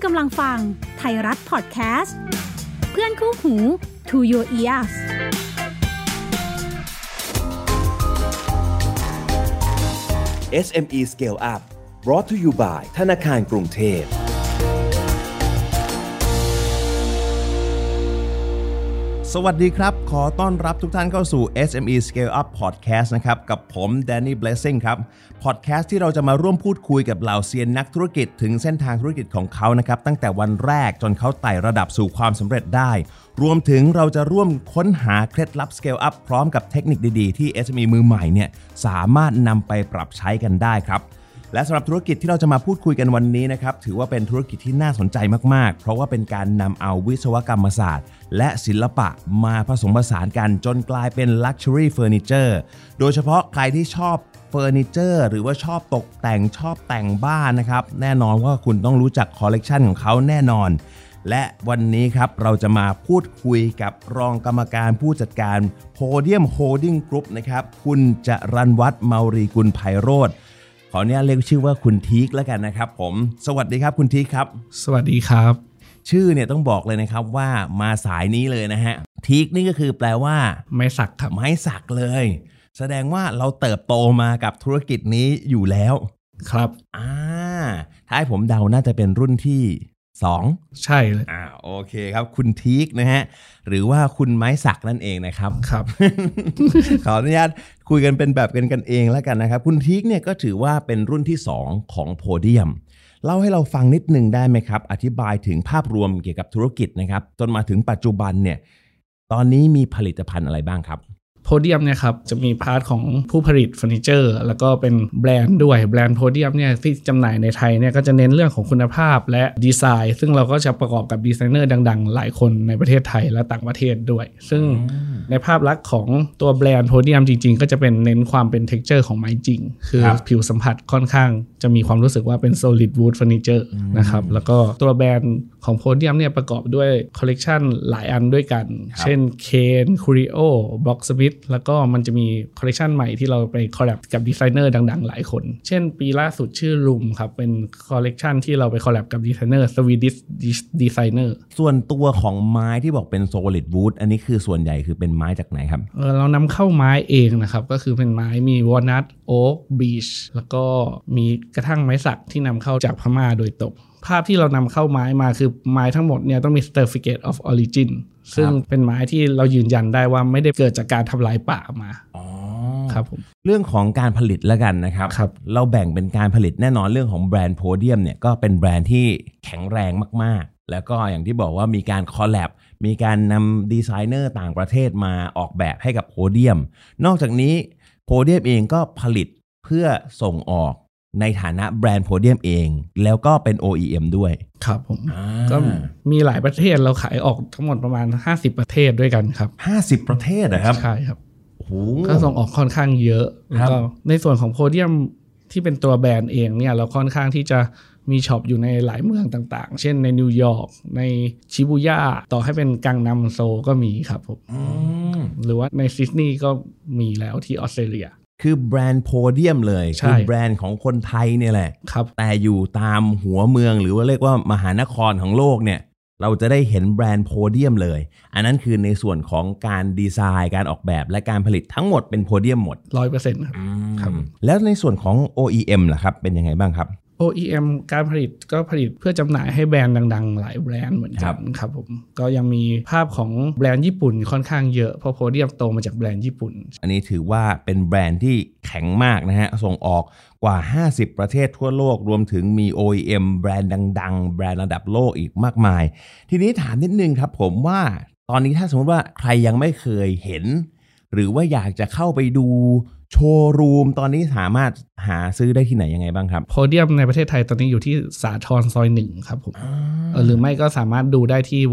กำลังฟังไทยรัฐพอดแคสต์เพื่อนคู่หู To Your Ears SME Scale Up brought to you by ธนาคารกรุงเทพสวัสดีครับขอต้อนรับทุกท่านเข้าสู่ SME Scale Up Podcast นะครับกับผม Danny Blessing ครับ Podcast ที่เราจะมาร่วมพูดคุยกับเหล่าเซียนนักธุรกิจถึงเส้นทางธุรกิจของเขานะครับตั้งแต่วันแรกจนเขาไต่ระดับสู่ความสำเร็จได้รวมถึงเราจะร่วมค้นหาเคล็ดลับ Scale Up พร้อมกับเทคนิคดีๆที่ SME มือใหม่เนี่ยสามารถนำไปปรับใช้กันได้ครับและสำหรับธุรกิจที่เราจะมาพูดคุยกันวันนี้นะครับถือว่าเป็นธุรกิจที่น่าสนใจมากๆเพราะว่าเป็นการนำเอาวิศวกรรมศาสตร์และศิลปะมาผสมผสานกันจนกลายเป็น Luxury Furniture โดยเฉพาะใครที่ชอบเฟอร์นิเจอร์หรือว่าชอบตกแต่งชอบแต่งบ้านนะครับแน่นอนว่าคุณต้องรู้จักคอลเลกชันของเขาแน่นอนและวันนี้ครับเราจะมาพูดคุยกับรองกรรมการผู้จัดการ Podium Holding Group นะครับคุณจรัญวัฒน์ เมารีกุลไพโรจน์ขออนุญาตเรียกชื่อว่าคุณทีคแล้วกันนะครับผมสวัสดีครับคุณทีคครับสวัสดีครับชื่อเนี่ยต้องบอกเลยนะครับว่ามาสายนี้เลยนะฮะทีคนี่ก็คือแปลว่าไม้สักครับไม้สักเลยแสดงว่าเราเติบโตมากับธุรกิจนี้อยู่แล้วครับถ้าให้ผมเดาน่าจะเป็นรุ่นที่2 ใช่เลยโอเคครับคุณทีคนะฮะหรือว่าคุณไม้สักนั่นเองนะครับครับขออนุญาตคุยกันเป็นแบบกันเองแล้วกันนะครับคุณทีคเนี่ยก็ถือว่าเป็นรุ่นที่2ของโพเดียมเล่าให้เราฟังนิดนึงได้ไหมครับอธิบายถึงภาพรวมเกี่ยวกับธุรกิจนะครับจนมาถึงปัจจุบันเนี่ยตอนนี้มีผลิตภัณฑ์อะไรบ้างครับโพเดียมเนี่ยครับจะมีพาร์ทของผู้ผลิตเฟอร์นิเจอร์แล้วก็เป็นแบรนด์ด้วยแบรนด์โพเดียมเนี่ยที่จำหน่ายในไทยเนี่ยก็จะเน้นเรื่องของคุณภาพและดีไซน์ซึ่งเราก็จะประกอบกับดีไซเนอร์ดังๆหลายคนในประเทศไทยและต่างประเทศด้วยซึ่งในภาพลักษณ์ของตัวแบรนด์โพเดียมจริงๆก็จะเป็นเน้นความเป็นเท็กเจอร์ของไม้จริงคือผิวสัมผัสค่อนข้างจะมีความรู้สึกว่าเป็น solid wood furniture นะครับแล้วก็ตัวแบรนด์ของโพเดียมเนี่ยประกอบด้วยคอลเลกชันหลายอันด้วยกันเช่นเคนคูริโอบล็อกสมิธแล้วก็มันจะมีคอลเลกชันใหม่ที่เราไปคอลแลบกับดีไซเนอร์ดังๆหลายคนเช่นปีล่าสุดชื่อลุมครับเป็นคอลเลกชันที่เราไปคอลแลบกับดีไซเนอร์สวีดิชดีไซเนอร์ส่วนตัวของไม้ที่บอกเป็น solid wood อันนี้คือส่วนใหญ่คือเป็นไม้จากไหนครับเรานำเข้าไม้เองนะครับก็คือเป็นไม้มีวอลนัทโอ๊กบีชแล้วก็มีกระทั่งไม้สักที่นำเข้าจากพม่าโดยตรงภาพที่เรานำเข้าไม้มาคือไม้ทั้งหมดเนี่ยต้องมี Certificate of Origin ซึ่งเป็นไม้ที่เรายืนยันได้ว่าไม่ได้เกิดจากการทำลายป่ามาครับผมเรื่องของการผลิตแล้วกันนะครับเราแบ่งเป็นการผลิตแน่นอนเรื่องของแบรนด์โพเดียมเนี่ยก็เป็นแบรนด์ที่แข็งแรงมากๆแล้วก็อย่างที่บอกว่ามีการคอลแลบมีการนำดีไซเนอร์ต่างประเทศมาออกแบบให้กับโพเดียมนอกจากนี้โพเดียมเองก็ผลิตเพื่อส่งออกในฐานะแบรนด์โพเดียมเองแล้วก็เป็น OEM ด้วยครับผมก็มีหลายประเทศเราขายออกทั้งหมดประมาณ50ประเทศด้วยกันครับ 50ประเทศนะครับใช่ครับก็ส่งออกค่อนข้างเยอะแล้วก็ในส่วนของโพเดียมที่เป็นตัวแบรนด์เองเนี่ยเราค่อนข้างที่จะมีช็อปอยู่ในหลายเมืองต่างๆเช่นในนิวยอร์กในชิบูย่าต่อให้เป็นกังนัมโซก็มีครับผมหรือว่าในซิดนีย์ก็มีแล้วที่ออสเตรเลียคือแบรนด์โพเดียมเลยคือแบรนด์ของคนไทยเนี่ยแหละแต่อยู่ตามหัวเมืองหรือว่าเรียกว่ามหานครของโลกเนี่ยเราจะได้เห็นแบรนด์โพเดียมเลยอันนั้นคือในส่วนของการดีไซน์การออกแบบและการผลิตทั้งหมดเป็นโพเดียมหมด 100% ครับแล้วในส่วนของ OEM ล่ะครับเป็นยังไงบ้างครับ OEM การผลิตก็ผลิตเพื่อจำหน่ายให้แบรนด์ดังๆหลายแบรนด์เหมือนกันครับผมก็ยังมีภาพของแบรนด์ญี่ปุ่นค่อนข้างเยอะเพราะโพเดียมโตมาจากแบรนด์ญี่ปุ่นอันนี้ถือว่าเป็นแบรนด์ที่แข็งมากนะฮะส่งออกกว่า50ประเทศทั่วโลกรวมถึงมี OEM แบรนด์ดังๆแบรนด์ระดับโลกอีกมากมายทีนี้ถามนิดนึงครับผมว่าตอนนี้ถ้าสมมติว่าใครยังไม่เคยเห็นหรือว่าอยากจะเข้าไปดูโชว์รูมตอนนี้สามารถหาซื้อได้ที่ไหนยังไงบ้างครับโพเดียมในประเทศไทยตอนนี้อยู่ที่สาทรซอย1ครับผมหรือไม่ก็สามารถดูได้ที่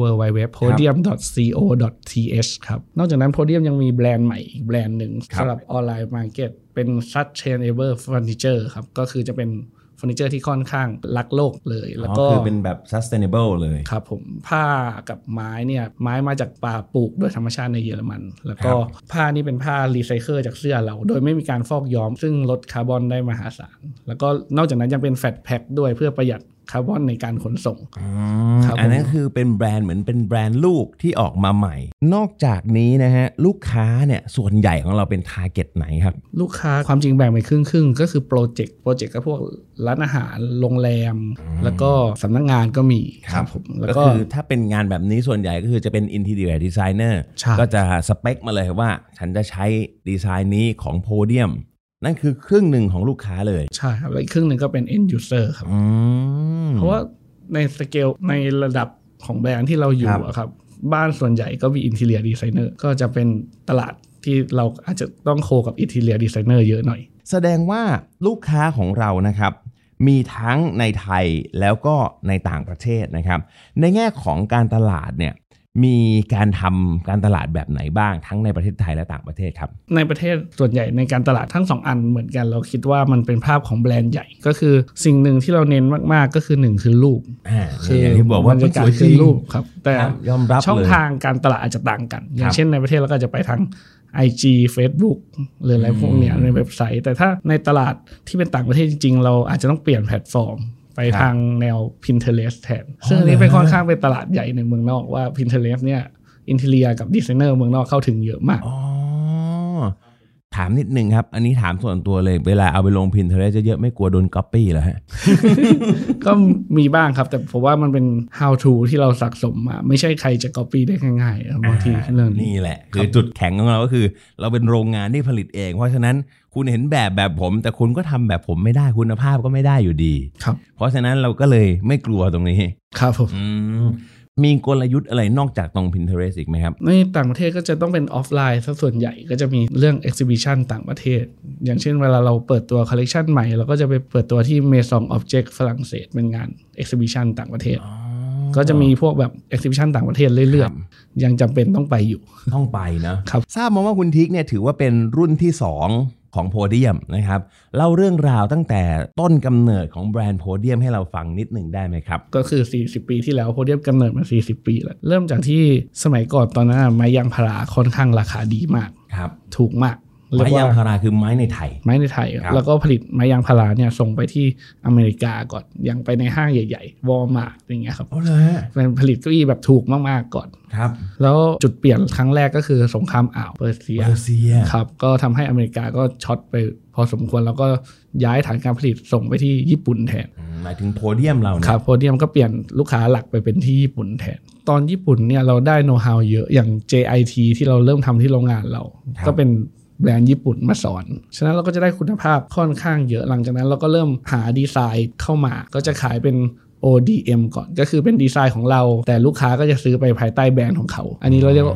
www.podium.co.th ครับนอกจากนั้นโพเดียมยังมีแบรนด์ใหม่อีกแบรนด์หนึ่งสำหรับออนไลน์มาร์เก็ตเป็น Sustainable Furniture ครับก็คือจะเป็นเฟอร์นิเจอร์ที่ค่อนข้างรักโลกเลยแล้วก็คือเป็นแบบ sustainable เลยครับผมผ้ากับไม้เนี่ยไม้มาจากป่าปลูกโดยธรรมชาติในเยอรมันแล้วก็ผ้านี่เป็นผ้ารีไซเคิลจากเสื้อเราโดยไม่มีการฟอกย้อมซึ่งลดคาร์บอนได้มหาศาลแล้วก็นอกจากนั้นยังเป็นแฟตแพ็คด้วยเพื่อประหยัดคาร์บอนในการขนส่งอันนั้นคือเป็นแบรนด์เหมือนเป็นแบรนด์ลูกที่ออกมาใหม่นอกจากนี้นะฮะลูกค้าเนี่ยส่วนใหญ่ของเราเป็นทาร์เก็ตไหนครับลูกค้าความจริงแบ่งไปครึ่งก็คือโปรเจกต์ก็พวกร้านอาหารโรงแรมแล้วก็สำนักงานก็มีครับผมแล้วก็คือถ้าเป็นงานแบบนี้ส่วนใหญ่ก็คือจะเป็น Interior Designer ก็จะสเปคมาเลยว่าฉันจะใช้ดีไซน์นี้ของโพเดียมนั่นคือครึ่งหนึ่งของลูกค้าเลยใช่ครับแล้วอีกครึ่งหนึ่งก็เป็น end user ครับเพราะว่าในสเกลในระดับของแบรนด์ที่เราอยู่ครับบ้านส่วนใหญ่ก็มี interior designer ก็จะเป็นตลาดที่เราอาจจะต้องโคกับ interior designer เยอะหน่อยแสดงว่าลูกค้าของเรานะครับมีทั้งในไทยแล้วก็ในต่างประเทศนะครับในแง่ของการตลาดเนี่ยมีการทำการตลาดแบบไหนบ้างทั้งในประเทศไทยและต่างประเทศครับในประเทศส่วนใหญ่ในการตลาดทั้ง2อันเหมือนกันเราคิดว่ามันเป็นภาพของแบรนด์ใหญ่ก็คือสิ่งหนึ่งที่เราเน้นมากๆก็คือ1คือรูปคืออย่างที่บอกว่าบรรยากาศคือรูปครับแต่ยอมรับช่องทางการตลาดอาจจะต่างกันอย่างเช่นในประเทศเราก็จะไปทาง IG Facebook หรืออะไรพวกเนี้ยในเว็บไซต์แต่ถ้าในตลาดที่เป็นต่างประเทศจริงๆเราอาจจะต้องเปลี่ยนแพลตฟอร์มไปทางแนว Pinterest แทนซึ่งอันนี้เป็นค่อนข้างเป็นตลาดใหญ่ในเมืองนอกว่า Pinterest เนี่ยอินเทเรียกับดีไซเนอร์เมืองนอกเข้าถึงเยอะมากถามนิดนึงครับอันนี้ถามส่วนตัวเลยเวลาเอาไปลง Pinterest จะเยอะไม่กลัวโดน copy เหรอฮะก็มีบ้างครับแต่ผมว่ามันเป็น how to ที่เราสะสมมาไม่ใช่ใครจะ copy ได้ง่ายๆบางทีเรื่องนี่แหละคือจุดแข็งของเราก็คือเราเป็นโรงงานที่ผลิตเองเพราะฉะนั้นคุณเห็นแบบผมแต่คุณก็ทำแบบผมไม่ได้คุณภาพก็ไม่ได้อยู่ดีครับเพราะฉะนั้นเราก็เลยไม่กลัวตรงนี้ครับผมมีกลยุทธ์อะไรนอกจากตรง Pinterest อีกไหมครับในต่างประเทศก็จะต้องเป็นออฟไลน์ซะส่วนใหญ่ก็จะมีเรื่อง exhibition ต่างประเทศอย่างเช่นเวลาเราเปิดตัวคอลเลกชันใหม่เราก็จะไปเปิดตัวที่ Maison Objet ฝรั่งเศสเป็นงาน exhibition ต่างประเทศก็จะมีพวกแบบ exhibition ต่างประเทศเรื่อยๆยังจำเป็นต้องไปอยู่ต้องไปนะครับทราบมาว่าคุณทิกเนี่ยถือว่าเป็นรุ่นที่2ของโพเดียมนะครับเล่าเรื่องราวตั้งแต่ต้นกำเนิดของแบรนด์โพเดียมให้เราฟังนิดหนึ่งได้ไหมครับก็คือ40ปีที่แล้วโพเดียมกำเนิดมา40ปีแล้วเริ่มจากที่สมัยก่อนตอนนั้นไม้ยางพาราค่อนข้างราคาดีมากครับถูกมากไม้ยางพาราคือไม้ในไทยแล้วก็ผลิตไม้ยางพาราเนี่ยส่งไปที่อเมริกาก่อนยังไปในห้างใหญ่ๆวอลมาร์ทอย่างเงี้ยครับเป็นผลิตเก้าอี้แบบถูกมากๆก่อนครับแล้วจุดเปลี่ยนครั้งแรกก็คือสงครามอ่าวเปอร์เซียครับก็ทำให้อเมริกาก็ช็อตไปพอสมควรแล้วก็ย้ายฐานการผลิตส่งไปที่ญี่ปุ่นแทนหมายถึงโพเดียมเราครับโพเดียมก็เปลี่ยนลูกค้าหลักไปเป็นที่ญี่ปุ่นแทนตอนญี่ปุ่นเนี่ยเราได้โน้ตฮาวเยอะอย่าง JIT ที่เราเริ่มทำที่โรงงานเราก็เป็นแบรนด์ญี่ปุ่นมาสอนฉะนั้นเราก็จะได้คุณภาพค่อนข้างเยอะหลังจากนั้นเราก็เริ่มหาดีไซน์เข้ามาก็จะขายเป็น ODM ก่อนก็คือเป็นดีไซน์ของเราแต่ลูกค้าก็จะซื้อไปภายใต้แบรนด์ของเขาอันนี้เราเรียกว่า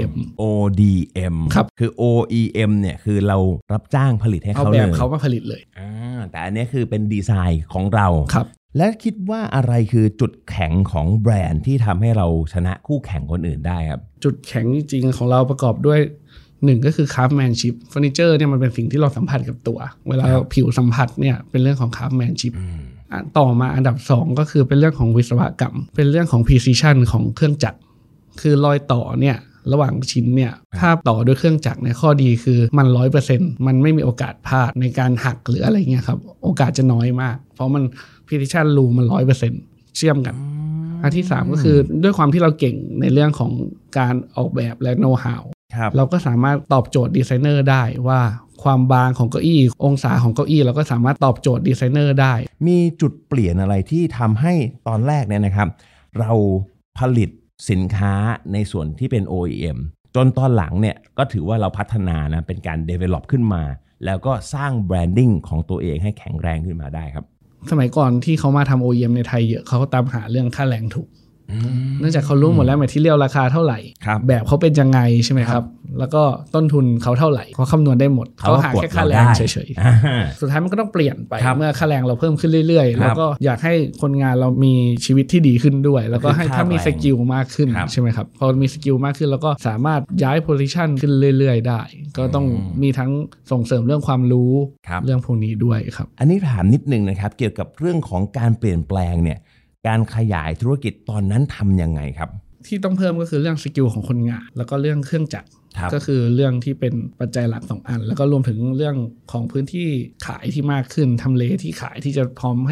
ODM ครับคือ OEM เนี่ยคือเรารับจ้างผลิตให้เขาเลยเอาแบบเขามาผลิตเลยแต่อันนี้คือเป็นดีไซน์ของเราครับและคิดว่าอะไรคือจุดแข็งของแบรนด์ที่ทำให้เราชนะคู่แข่งคนอื่นได้ครับจุดแข็งจริงๆของเราประกอบด้วย1ก็คือ craftsmanship เฟอร์นิเจอร์เนี่ยมันเป็นสิ่งที่เราสัมผัสกับตัวเวลาผิวสัมผัสเนี่ยเป็นเรื่องของ craftsmanship ต่อมาอันดับ2ก็คือเป็นเรื่องของวิศวกรรมเป็นเรื่องของ precision ของเครื่องจักรคือรอยต่อเนี่ยระหว่างชิ้นเนี่ยถ้าต่อด้วยเครื่องจักรเนี่ยข้อดีคือมัน 100% มันไม่มีโอกาสพลาดในการหักหรืออะไรเงี้ยครับโอกาสจะน้อยมากเพราะมัน precision รูมัน 100% เชื่อมกันอันที่3ก็คือด้วยความที่เราเก่งในเรื่องของการออกแบบและ know how เราก็สามารถตอบโจทย์ดีไซเนอร์ได้ว่าความบางของเก้าอี้องศาของเก้าอี้เราก็สามารถตอบโจทย์ดีไซเนอร์ได้มีจุดเปลี่ยนอะไรที่ทำให้ตอนแรกเนี่ยนะครับเราผลิตสินค้าในส่วนที่เป็น OEM จนตอนหลังเนี่ยก็ถือว่าเราพัฒนานะเป็นการ develop ขึ้นมาแล้วก็สร้างแบรนดิ้งของตัวเองให้แข็งแรงขึ้นมาได้ครับสมัยก่อนที่เขามาทำ OEM ในไทยเยอะเขาก็ตามหาเรื่องค่าแรงถูกเนื่องจากเขารู้หมดแล้วแมททีเรียลราคาเท่าไหร่แบบเขาเป็นยังไงใช่ไหมครับแล้วก็ต้นทุนเขาเท่าไหร่เขาคำนวณได้หมดเขาหาแค่ค่าแรงเฉยๆสุดท้ายมันก็ต้องเปลี่ยนไปเมื่อค่าแรงเราเพิ่มขึ้นเรื่อยๆแล้วก็อยากให้คนงานเรามีชีวิตที่ดีขึ้นด้วยแล้วก็ให้ถ้ามีสกิลมากขึ้นใช่ไหมครับพอมีสกิลมากขึ้นแล้วก็สามารถย้ายโพซิชันขึ้นเรื่อยๆได้ก็ต้องมีทั้งส่งเสริมเรื่องความรู้เรื่องพวกนี้ด้วยครับอันนี้ถามนิดนึงนะครับเกี่ยวกับเรื่องของการเปลี่ยนแปลงเนี่ยการขยายธุรกิจตอนนั้นทำยังไงครับที่ต้องเพิ่มก็คือเรื่องสกิลของคนงานแล้วก็เรื่องเครื่องจักรก็คือเรื่องที่เป็นปัจจัยหลัก2อันแล้วก็รวมถึงเรื่องของพื้นที่ขายที่มากขึ้นทำเลที่ขายที่จะพร้อมให้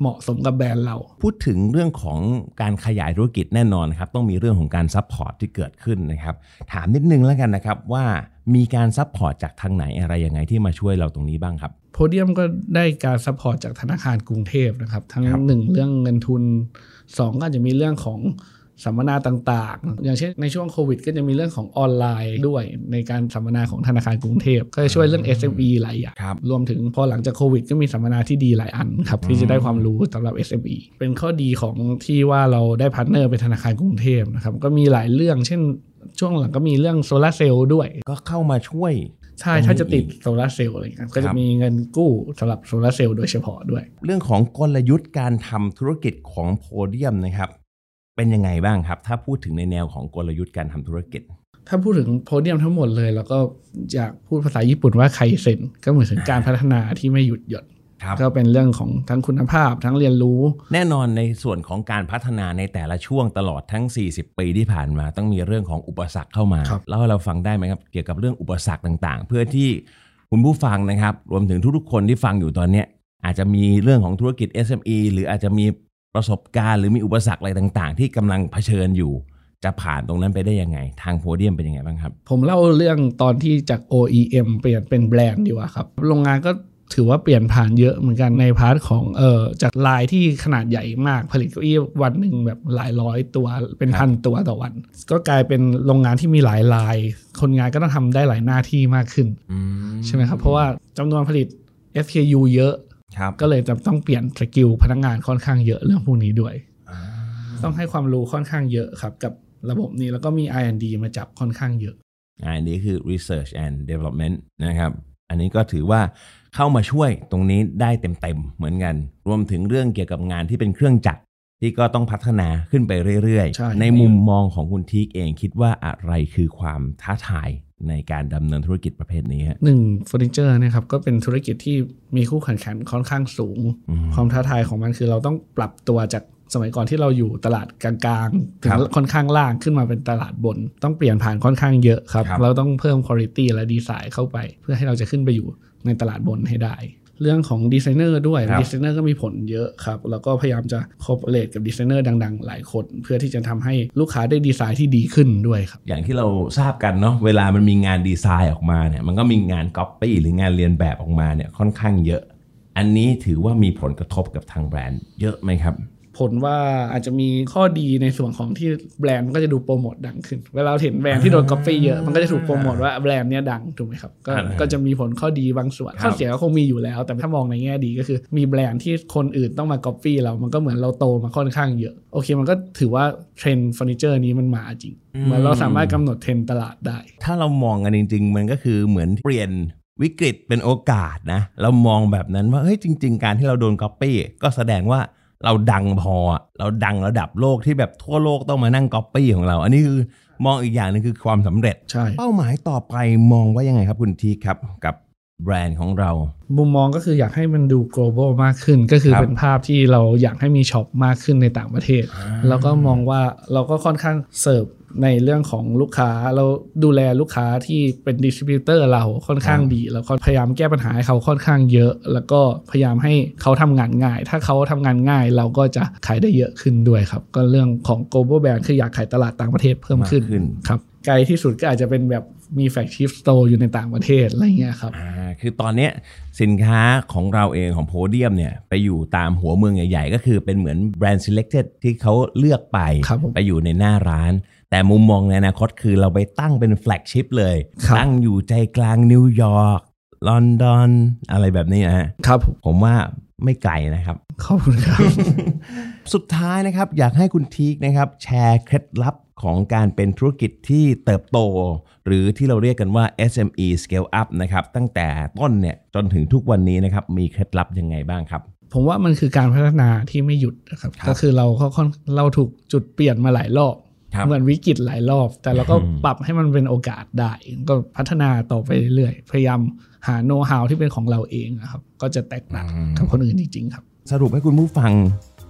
เหมาะสมกับแบรนด์เราพูดถึงเรื่องของการขยายธุรกิจแน่นอนครับต้องมีเรื่องของการซัพพอร์ตที่เกิดขึ้นนะครับถามนิดนึงแล้วกันนะครับว่ามีการซัพพอร์ตจากทางไหนอะไรยังไงที่มาช่วยเราตรงนี้บ้างครับโพเดียมก็ได้การซัพพอร์ตจากธนาคารกรุงเทพนะครับทั้ง1เรื่องเงินทุน2ก็อาจจะมีเรื่องของสัมมนาต่างๆอย่างเช่นในช่วงโควิดก็จะมีเรื่องของออนไลน์ด้วยในการสัมมนาของธนาคารกรุงเทพก็จะช่วยเรื่อง SME หลายอย่างรวมถึงพอหลังจากโควิดก็มีสัมมนาที่ดีหลายอันครับที่จะได้ความรู้สำหรับ SME เป็นข้อดีของที่ว่าเราได้พาร์ทเนอร์เป็นธนาคารกรุงเทพนะครับก็มีหลายเรื่องเช่นช่วงหลังก็มีเรื่องโซลาร์เซลล์ด้วยก็เข้ามาช่วยใช่ถ้าจะติดโซลาร์เซลล์อะไรกันก็จะมีเงินกู้สำหรับโซลาร์เซลล์โดยเฉพาะด้วยเรื่องของกลยุทธ์การทำธุรกิจของโพเดียมนะครับเป็นยังไงบ้างครับถ้าพูดถึงในแนวของกลยุทธ์การทำธุรกิจถ้าพูดถึงโพเดียมทั้งหมดเลยแล้วก็อยากพูดภาษาญี่ปุ่นว่าไคเซ็นก็เหมือนถึงการพัฒนาที่ไม่หยุดหย่อนก็เป็นเรื่องของทั้งคุณภาพทั้งเรียนรู้แน่นอนในส่วนของการพัฒนาในแต่ละช่วงตลอดทั้ง40ปีที่ผ่านมาต้องมีเรื่องของอุปสรรคเข้ามาแล้วเราฟังได้ไหมครับเกี่ยวกับเรื่องอุปสรรคต่างๆเพื่อที่คุณผู้ฟังนะครับรวมถึงทุกๆคนที่ฟังอยู่ตอนนี้อาจจะมีเรื่องของธุรกิจ SME หรืออาจจะมีประสบการณ์หรือมีอุปสรรคอะไรต่างๆที่กำลังเผชิญอยู่จะผ่านตรงนั้นไปได้ยังไงทางโพเดียมเป็นยังไงบ้างครับผมเล่าเรื่องตอนที่จาก OEM เปลี่ยนเป็นแบรนด์ดีกว่าครับโรงงานก็ถือว่าเปลี่ยนผ่านเยอะเหมือนกันในพาร์ทของจากลายที่ขนาดใหญ่มากผลิตเก้าอี้วันหนึ่งแบบหลายร้อยตัวเป็นพันตัวต่อวันก็กลายเป็นโรงงานที่มีหลายลายคนงานก็ต้องทำได้หลายหน้าที่มากขึ้นใช่ไหมครับเพราะว่าจำนวนผลิต SKU เยอะก็เลยจะต้องเปลี่ยนสกิลพนักงานค่อนข้างเยอะเรื่องพวกนี้ด้วยต้องให้ความรู้ค่อนข้างเยอะครับกับระบบนี้แล้วก็มี R&D มาจับค่อนข้างเยอะอันนี้คือ Research and Development นะครับอันนี้ก็ถือว่าเข้ามาช่วยตรงนี้ได้เต็มๆเหมือนกันรวมถึงเรื่องเกี่ยวกับงานที่เป็นเครื่องจักรที่ก็ต้องพัฒนาขึ้นไปเรื่อยๆในมุมมองของคุณทีกเองคิดว่าอะไรคือความท้าทายในการดำเนินธุรกิจประเภทนี้หนึ่งเฟอร์นิเจอร์นะครับก็เป็นธุรกิจที่มีคู่แข่งขันค่อนข้างสูงความท้าทายของมันคือเราต้องปรับตัวจากสมัยก่อนที่เราอยู่ตลาดกลางๆถึงค่อนข้างล่างขึ้นมาเป็นตลาดบนต้องเปลี่ยนผ่านค่อนข้างเยอะครับเราต้องเพิ่มคุณภาพและดีไซน์เข้าไปเพื่อให้เราจะขึ้นไปอยู่ในตลาดบนให้ได้เรื่องของดีไซเนอร์ด้วยดีไซเนอร์ก็มีผลเยอะครับแล้วก็พยายามจะโคเปเรทกับดีไซเนอร์ดังๆหลายคนเพื่อที่จะทำให้ลูกค้าได้ดีไซน์ที่ดีขึ้นด้วยครับอย่างที่เราทราบกันเนาะเวลามันมีงานดีไซน์ออกมาเนี่ยมันก็มีงานก๊อปปี้หรืองานเรียนแบบออกมาเนี่ยค่อนข้างเยอะอันนี้ถือว่ามีผลกระทบกับทางแบรนด์เยอะไหมครับผลว่าอาจจะมีข้อดีในส่วนของที่แบรนด์ก็จะดูโปรโมทดังขึ้นเวลาเราเห็นแบรนด์ที่โดนก๊อปปี้เยอะมันก็จะถูกโปรโมทว่าแบรนด์เนี้ยดังถูกไหมครับก็จะมีผลข้อดีบางส่วนข้อเสียก็คงมีอยู่แล้วแต่ถ้ามองในแง่ดีก็คือมีแบรนด์ที่คนอื่นต้องมาก๊อปปี้เรามันก็เหมือนเราโตมาค่อนข้างเยอะโอเคมันก็ถือว่าเทรนด์เฟอร์นิเจอร์นี้มันมาจริงเหมือนเราสามารถกำหนดเทรนด์ตลาดได้ถ้าเรามองกันจริงๆมันก็คือเหมือนเปลี่ยนวิกฤตเป็นโอกาสนะเรามองแบบนั้นว่าเฮ้ยจริงๆการที่เราโดนก๊อปปี้ก็แสดงว่าเราดังพอเราดังระดับโลกที่แบบทั่วโลกต้องมานั่งก๊อปปี้ของเราอันนี้คือมองอีกอย่างนึงคือความสำเร็จใช่เป้าหมายต่อไปมองว่ายังไงครับคุณทีครับกับแบรนด์ของเรามุมมองก็คืออยากให้มันดู global มากขึ้นก็คือเป็นภาพที่เราอยากให้มีช็อปมากขึ้นในต่างประเทศแล้วก็มองว่าเราก็ค่อนข้างเสิร์ฟในเรื่องของลูกค้าเราดูแลลูกค้าที่เป็นดิสทริบิวเตอร์เราค่อนข้างดีแล้วก็พยายามแก้ปัญหาให้เขาค่อนข้างเยอะแล้วก็พยายามให้เขาทำงานง่ายถ้าเขาทำงานง่ายเราก็จะขายได้เยอะขึ้นด้วยครับก็เรื่องของ global brand คืออยากขายตลาดต่างประเทศเพิ่มขึ้นครับไกลที่สุดก็อาจจะเป็นแบบมีแฟลกชิพสโตร์อยู่ในต่างประเทศอะไรเงี้ยครับคือตอนนี้สินค้าของเราเองของโพเดียมเนี่ยไปอยู่ตามหัวเมืองใหญ่ๆก็คือเป็นเหมือนแบรนด์ selected ที่เขาเลือกไปอยู่ในหน้าร้านแต่มุมมองในอนาคตคือเราไปตั้งเป็นแฟลกชิพเลยตั้งอยู่ใจกลางนิวยอร์กลอนดอนอะไรแบบนี้นะฮะครับผมว่าไม่ไกลนะครับขอบคุณครับสุดท้ายนะครับอยากให้คุณทีกนะครับแชร์เคล็ดลับของการเป็นธุรกิจที่เติบโตหรือที่เราเรียกกันว่า SME Scale Up นะครับตั้งแต่ต้นเนี่ยจนถึงทุกวันนี้นะครับมีเคล็ดลับยังไงบ้างครับผมว่ามันคือการพัฒนาที่ไม่หยุดนะครับก็คือเราถูกจุดเปลี่ยนมาหลายรอบเหมือนวิกฤตหลายรอบแต่เราก็ปรับให้มันเป็นโอกาสได้ก็พัฒนาต่อไปเรื่อยๆพยายามหาโน้ตฮาวที่เป็นของเราเองนะครับก็จะแตกต่างกับคนอื่นจริงๆครับสรุปให้คุณผู้ฟัง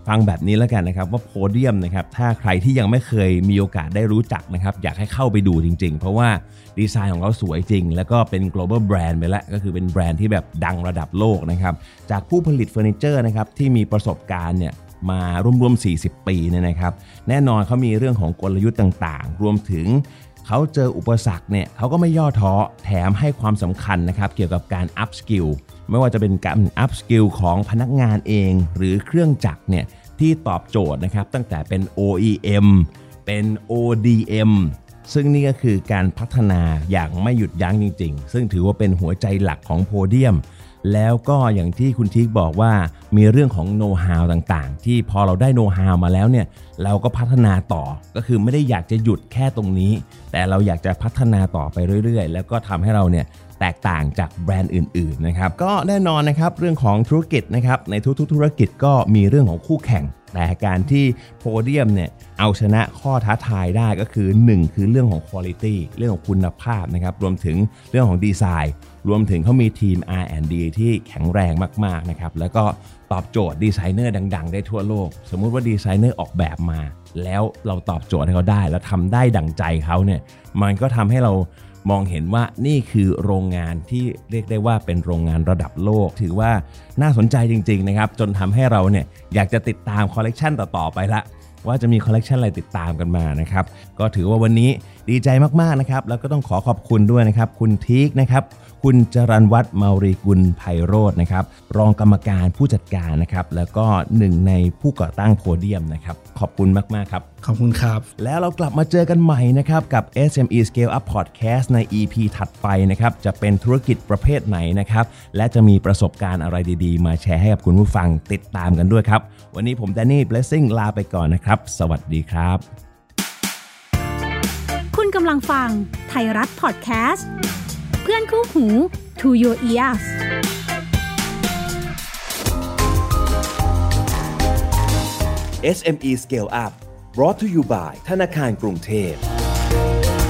ฟังแบบนี้แล้วกันนะครับว่าโพเดียมนะครับถ้าใครที่ยังไม่เคยมีโอกาสได้รู้จักนะครับอยากให้เข้าไปดูจริงๆเพราะว่าดีไซน์ของเขาสวยจริงแล้วก็เป็น global brand ไปแล้วก็คือเป็นแบรนด์ที่แบบดังระดับโลกนะครับจากผู้ผลิตเฟอร์นิเจอร์นะครับที่มีประสบการณ์เนี่ยมารวมๆ40 ปีเนี่ยนะครับแน่นอนเขามีเรื่องของกลยุทธ์ต่างๆรวมถึงเขาเจออุปสรรคเนี่ยเขาก็ไม่ย่อท้อแถมให้ความสำคัญนะครับเกี่ยวกับการ up skill ไม่ว่าจะเป็นการ up skill ของพนักงานเองหรือเครื่องจักรเนี่ยที่ตอบโจทย์นะครับตั้งแต่เป็น OEM เป็น ODM ซึ่งนี่ก็คือการพัฒนาอย่างไม่หยุดยั้งจริงๆซึ่งถือว่าเป็นหัวใจหลักของโพเดียมแล้วก็อย่างที่คุณทิกบอกว่ามีเรื่องของโน้ตฮาวต่างๆที่พอเราได้โน้ตฮาวมาแล้วเนี่ยเราก็พัฒนาต่อก็คือไม่ได้อยากจะหยุดแค่ตรงนี้แต่เราอยากจะพัฒนาต่อไปเรื่อยๆแล้วก็ทำให้เราเนี่ยแตกต่างจากแบรนด์อื่นๆนะครับก็แน่นอนนะครับเรื่องของธุรกิจนะครับในทุกๆธุรกิจก็มีเรื่องของคู่แข่งแต่การที่โพเดียมเนี่ยเอาชนะข้อท้าทายได้ก็คือ1คือเรื่องของ quality เรื่องของคุณภาพนะครับรวมถึงเรื่องของดีไซน์รวมถึงเขามีทีม R&D ที่แข็งแรงมากๆนะครับแล้วก็ตอบโจทย์ดีไซเนอร์ดังๆได้ทั่วโลกสมมุติว่าดีไซเนอร์ออกแบบมาแล้วเราตอบโจทย์ให้เขาได้แล้วทำได้ดั่งใจเขาเนี่ยมันก็ทำให้เรามองเห็นว่านี่คือโรงงานที่เรียกได้ว่าเป็นโรงงานระดับโลกถือว่าน่าสนใจจริงๆนะครับจนทำให้เราเนี่ยอยากจะติดตามคอลเลกชันต่อๆไปละว่าจะมีคอลเลกชันอะไรติดตามกันมานะครับก็ถือว่าวันนี้ดีใจมากๆนะครับแล้วก็ต้องขอบคุณด้วยนะครับคุณทีกนะครับคุณจรัญวัฒน์เมารีกุลไพโรจน์นะครับรองกรรมการผู้จัดการนะครับแล้วก็หนึ่งในผู้ก่อตั้งโพเดียมนะครับขอบคุณมากๆครับขอบคุณครับแล้วเรากลับมาเจอกันใหม่นะครับกับ SME Scale Up Podcast ใน EP ถัดไปนะครับจะเป็นธุรกิจประเภทไหนนะครับและจะมีประสบการณ์อะไรดีๆมาแชร์ให้กับคุณผู้ฟังติดตามกันด้วยครับวันนี้ผมแดนนี่ Blessing ลาไปก่อนนะครับสวัสดีครับคุณกำลังฟังไทยรัฐ Podcast เพื่อนคู่หู To Your Ears SME Scale Up brought to you by ธนาคารกรุงเทพ